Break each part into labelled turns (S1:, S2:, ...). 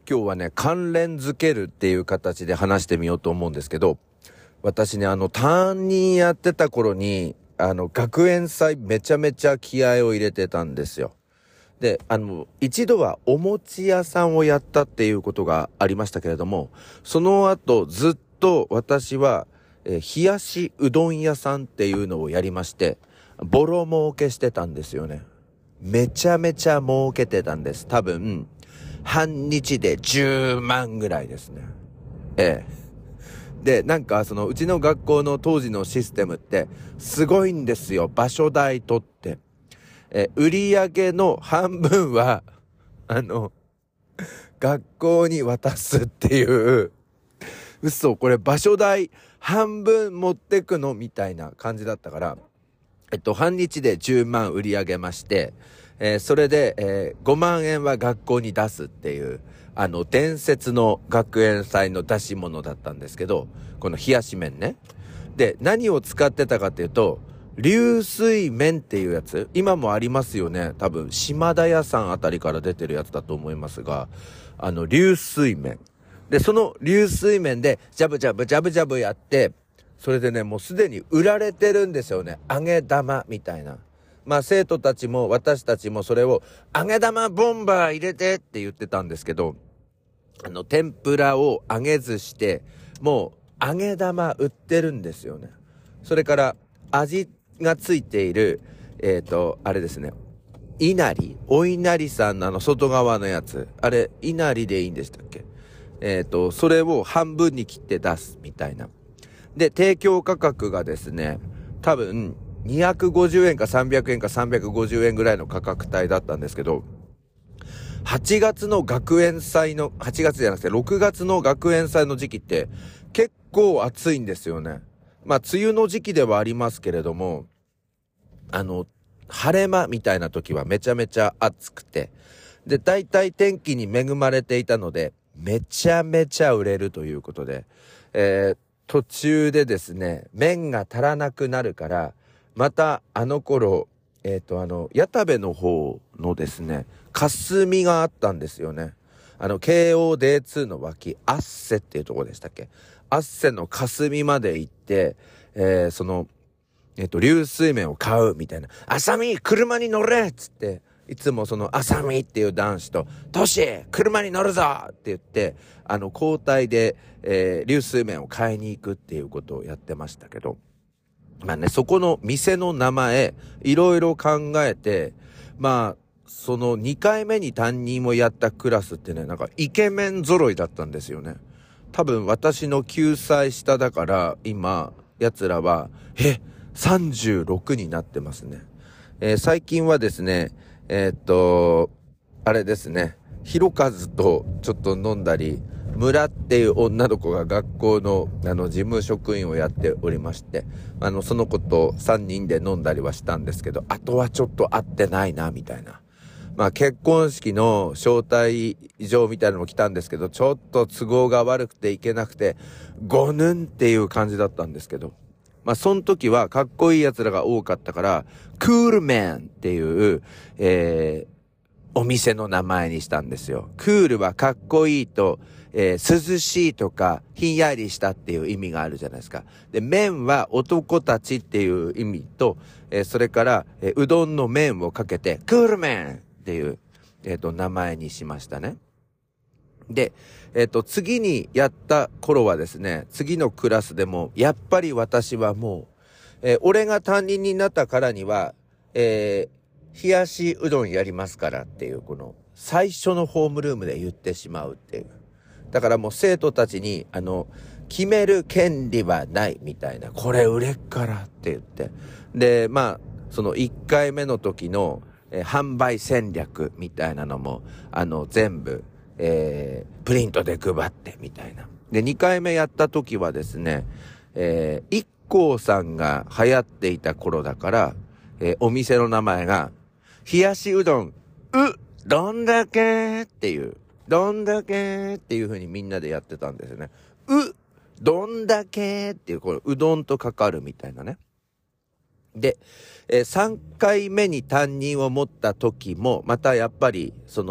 S1: 今日はね、関連づけるっていう形で話してみようと思うんですけど、私ね、担任やってた頃に、学園祭めちゃめちゃ気合を入れてたんですよ。で、一度はお餅屋さんをやったっていうことがありましたけれども、その後ずっと私は、冷やしうどん屋さんっていうのをやりまして、ボロ儲けしてたんですよね。めちゃめちゃ儲けてたんです。多分、半日で10万ぐらいですね。で、なんかうちの学校の当時のシステムってすごいんですよ。場所代取って。売り上げの半分は、学校に渡すっていう、嘘、これ場所代半分持ってくのみたいな感じだったから、半日で10万売り上げまして、それで、5万円は学校に出すっていう、伝説の学園祭の出し物だったんですけど、この冷やし麺ね。で、何を使ってたかっていうと、流水麺っていうやつ、今もありますよね。多分、島田屋さんあたりから出てるやつだと思いますが、流水麺。で、その流水麺で、ジャブジャブジャブジャブやって、それでね、もうすでに売られてるんですよね。揚げ玉みたいな。まあ生徒たちも私たちもそれを揚げ玉ボンバー入れてって言ってたんですけど、天ぷらを揚げずして、もう揚げ玉売ってるんですよね。それから味がついている、あれですね。お稲荷さんの外側のやつ。あれ、稲荷でいいんでしたっけ？それを半分に切って出すみたいな。で、提供価格がですね、多分、250円か300円か350円ぐらいの価格帯だったんですけど、8月の学園祭の、8月じゃなくて6月の学園祭の時期って結構暑いんですよね。まあ、梅雨の時期ではありますけれども、晴れ間みたいな時はめちゃめちゃ暑くて、で、大体天気に恵まれていたので、めちゃめちゃ売れるということで、途中でですね、麺が足らなくなるから、また頃、矢田部の方のですね、霞があったんですよね。京王 D2 の脇、アッセっていうところでしたっけ？アッセの霞まで行って、流水麺を買うみたいな。あさみ、車に乗れっつって、いつもそのあさみっていう男子と、トシ、車に乗るぞって言って、交代で、流水麺を買いに行くっていうことをやってましたけど、まあね、そこの店の名前、いろいろ考えて、まあ、その2回目に担任をやったクラスってね、なんかイケメン揃いだったんですよね。多分私の9歳下だから、今、奴らは、36になってますね。最近はですね、あれですね、ひろかずとちょっと飲んだり、村っていう女の子が学校の事務職員をやっておりまして、その子と3人で飲んだりはしたんですけど、あとはちょっと会ってないなみたいな。まあ結婚式の招待状みたいなのも来たんですけど、ちょっと都合が悪くて行けなくて、ごぬんっていう感じだったんですけど、まあその時はかっこいい奴らが多かったから、クールマンっていう、お店の名前にしたんですよ。クールはかっこいいと、涼しいとかひんやりしたっていう意味があるじゃないですか。で、麺は男たちっていう意味と、それから、うどんの麺をかけてクール麺っていう、名前にしましたね。で、次にやった頃はですね、次のクラスでもやっぱり私はもう、俺が担任になったからには、冷やしうどんやりますからっていう、この最初のホームルームで言ってしまうっていう。だからもう生徒たちに決める権利はないみたいな、これ売れっからって言って、でまあその1回目の時の、販売戦略みたいなのも全部、プリントで配ってみたいな。で2回目やった時はですね、IKKOさんが流行っていた頃だから、お店の名前が冷やしうどんどんだけっていう、どんだけっていう風にみんなでやってたんですよね。どんだけっていう、これうどんとかかるみたいなね。で、3回目に担任を持った時もまたやっぱりその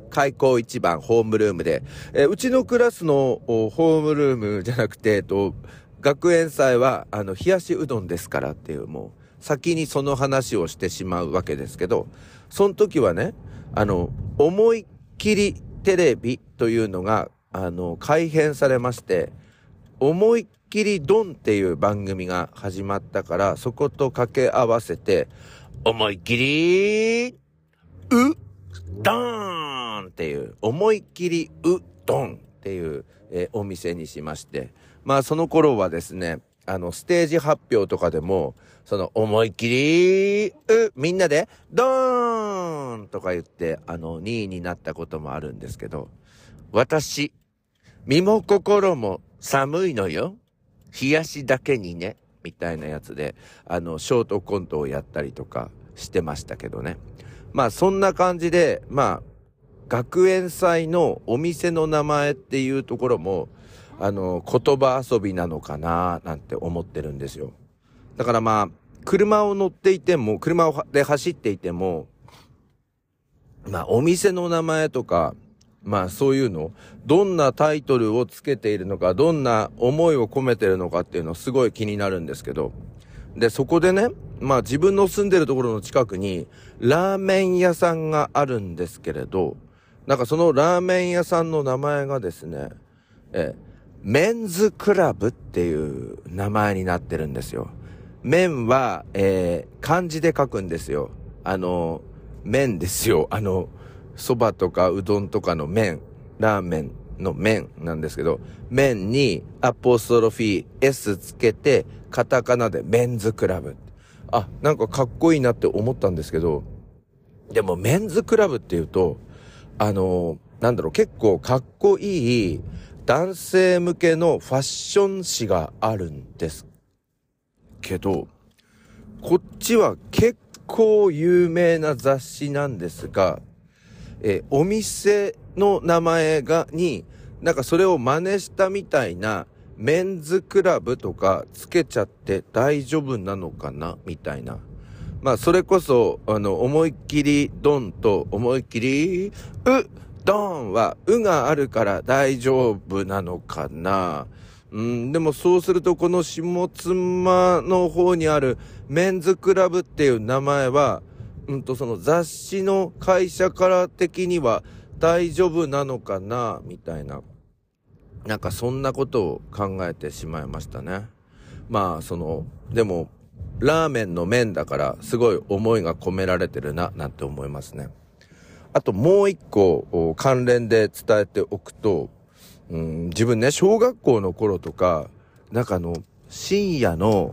S1: 開口一番ホームルームで、うちのクラスのホームルームじゃなくて、学園祭は冷やしうどんですからっていう、もう先にその話をしてしまうわけですけど、その時はね、思いっきりテレビというのが改編されまして、思いっきりドンっていう番組が始まったから、そこと掛け合わせて思いっきりドーンっていう、思いっきりドンっていう、お店にしまして、まあその頃はですね、ステージ発表とかでもその思いっきりみんなでドーンとか言って2位になったこともあるんですけど、私身も心も寒いのよ、冷やしだけにねみたいなやつでショートコントをやったりとかしてましたけどね。まあそんな感じで、まあ学園祭のお店の名前っていうところも言葉遊びなのかななんて思ってるんですよ。だからまあ車を乗っていても、車で走っていても、まあお店の名前とか、まあそういうの、どんなタイトルをつけているのか、どんな思いを込めているのかっていうのすごい気になるんですけど、でそこでね、まあ自分の住んでるところの近くにラーメン屋さんがあるんですけれど、なんかそのラーメン屋さんの名前がですね、メンズクラブっていう名前になってるんですよ。麺は、漢字で書くんですよ。麺ですよ。蕎麦とかうどんとかの麺、ラーメンの麺なんですけど、麺にアポストロフィー S つけて、カタカナでメンズクラブ。あ、なんかかっこいいなって思ったんですけど、でもメンズクラブっていうと、なんだろう、結構かっこいい男性向けのファッション誌があるんですけど、こっちは結構有名な雑誌なんですが、お店の名前になんかそれを真似したみたいなメンズクラブとかつけちゃって大丈夫なのかなみたいな。まあそれこそ思いっきりドンと思いっきりドンはがあるから大丈夫なのかな。でもそうするとこの下妻の方にあるメンズクラブっていう名前はその雑誌の会社から的には大丈夫なのかなみたいな、なんかそんなことを考えてしまいましたね。まあでもラーメンの麺だからすごい思いが込められてるななんて思いますね。あともう一個関連で伝えておくと、自分ね、小学校の頃とかなんか深夜の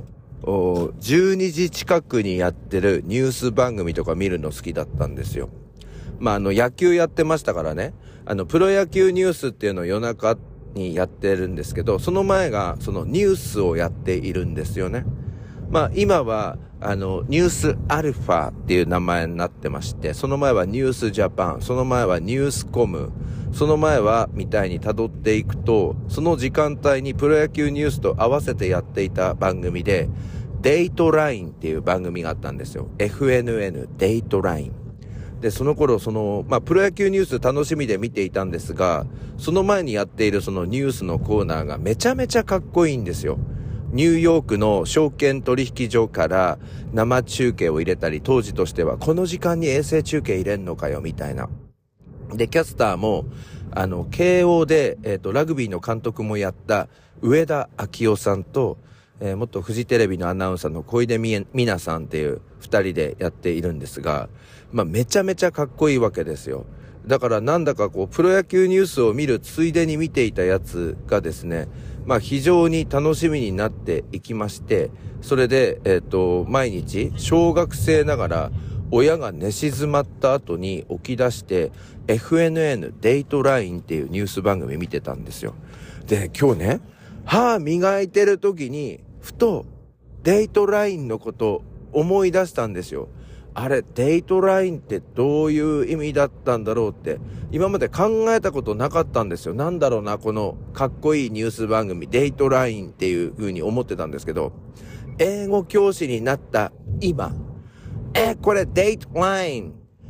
S1: 12時近くにやってるニュース番組とか見るの好きだったんですよ。まあ野球やってましたからね、プロ野球ニュースっていうのを夜中にやってるんですけど、その前がそのニュースをやっているんですよね。まあ今はニュースアルファっていう名前になってまして、その前はニュースジャパン、その前はニュースコム、その前はみたいに辿っていくと、その時間帯にプロ野球ニュースと合わせてやっていた番組でデイトラインっていう番組があったんですよ。 FNN デイトラインで、その頃プロ野球ニュース楽しみで見ていたんですが、その前にやっているそのニュースのコーナーがめちゃめちゃかっこいいんですよ。ニューヨークの証券取引所から生中継を入れたり、当時としてはこの時間に衛星中継入れんのかよみたいな。でキャスターも慶応で、ラグビーの監督もやった上田昭夫さんと、元フジテレビのアナウンサーの小出美奈さんっていう二人でやっているんですが、まあめちゃめちゃかっこいいわけですよ。だからなんだかプロ野球ニュースを見るついでに見ていたやつがですね、まあ非常に楽しみになっていきまして、それで毎日小学生ながら親が寝静まった後に起き出して FNN デイトラインっていうニュース番組見てたんですよ。で今日ね、歯磨いてる時にふとデイトラインのこと思い出したんですよ。あれデイトラインってどういう意味だったんだろうって今まで考えたことなかったんですよ。なんだろうな、このかっこいいニュース番組デイトラインっていう風に思ってたんですけど、英語教師になった今、これデイトライン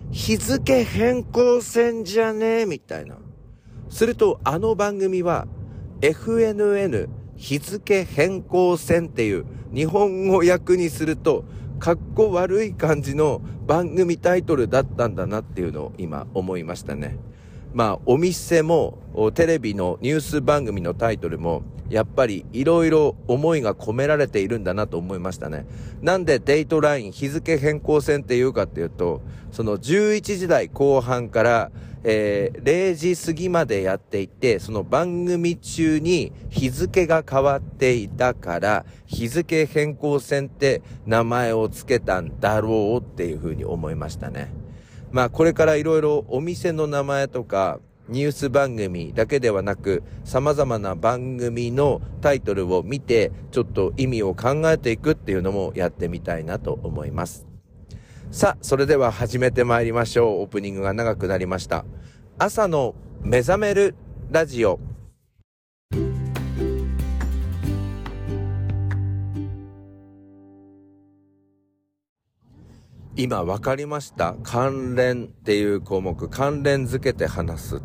S1: 日付変更線じゃねみたいな。するとあの番組は FNN 日付変更線っていう日本語訳にするとかっこ悪い感じの番組タイトルだったんだなっていうのを今思いましたね。お店もテレビのニュース番組のタイトルもやっぱりいろいろ思いが込められているんだなと思いましたね。なんでデイトライン日付変更線っていうかっていうと、その11時台後半から、0時過ぎまでやっていて、その番組中に日付が変わっていたから日付変更線って名前をつけたんだろうっていうふうに思いましたね。これからいろいろお店の名前とかニュース番組だけではなく様々な番組のタイトルを見てちょっと意味を考えていくっていうのもやってみたいなと思います。さあ、それでは始めてまいりましょう。オープニングが長くなりました。朝の目覚めるラジオ。今分かりました。関連っていう項目、関連付けて話すって。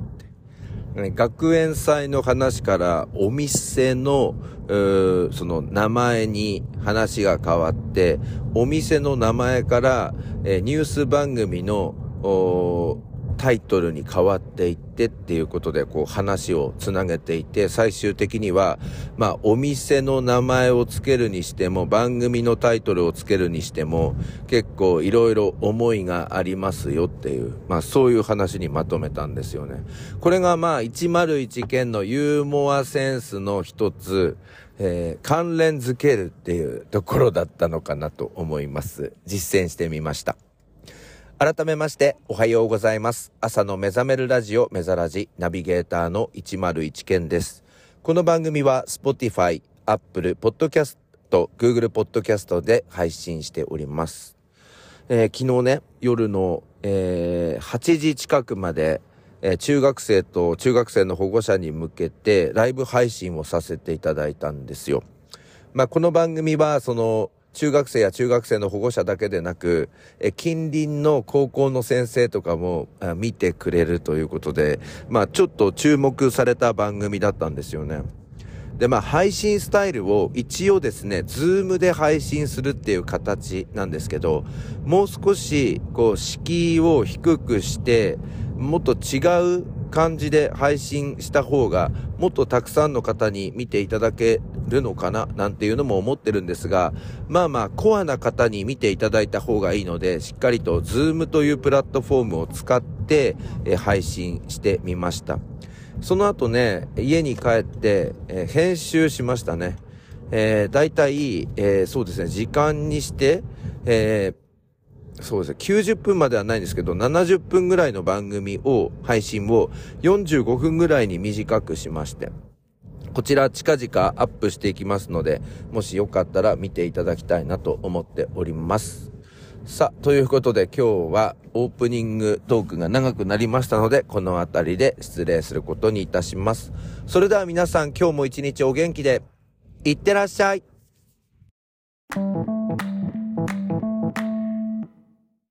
S1: 学園祭の話からお店のその名前に話が変わって、お店の名前からニュース番組のタイトルに変わっていってっていうことでこう話をつなげていて、最終的にはお店の名前をつけるにしても番組のタイトルをつけるにしても結構いろいろ思いがありますよっていう、そういう話にまとめたんですよね。これが101件のユーモアセンスの一つ、関連づけるっていうところだったのかなと思います。実践してみました。改めましておはようございます。朝の目覚めるラジオメザラジナビゲーターの101件です。この番組は Spotify、Apple Podcast、Google Podcast で配信しております。昨日ね、夜の、8時近くまで、中学生と中学生の保護者に向けてライブ配信をさせていただいたんですよ。この番組はその中学生や中学生の保護者だけでなく、近隣の高校の先生とかも見てくれるということで、ちょっと注目された番組だったんですよね。で、配信スタイルを一応ですね、ズームで配信するっていう形なんですけど、もう少し敷居を低くして、もっと違う感じで配信した方がもっとたくさんの方に見ていただけるのかななんていうのも思ってるんですが、コアな方に見ていただいた方がいいので、しっかりと Zoom というプラットフォームを使って、配信してみました。その後ね、家に帰って、編集しましたね。だいたいそうですね、時間にして、そうですね、90分まではないんですけど、70分ぐらいの番組配信を45分ぐらいに短くしまして、こちら近々アップしていきますので、もしよかったら見ていただきたいなと思っております。さあ、ということで今日はオープニングトークが長くなりましたので、この辺りで失礼することにいたします。それでは皆さん、今日も一日お元気でいってらっしゃい。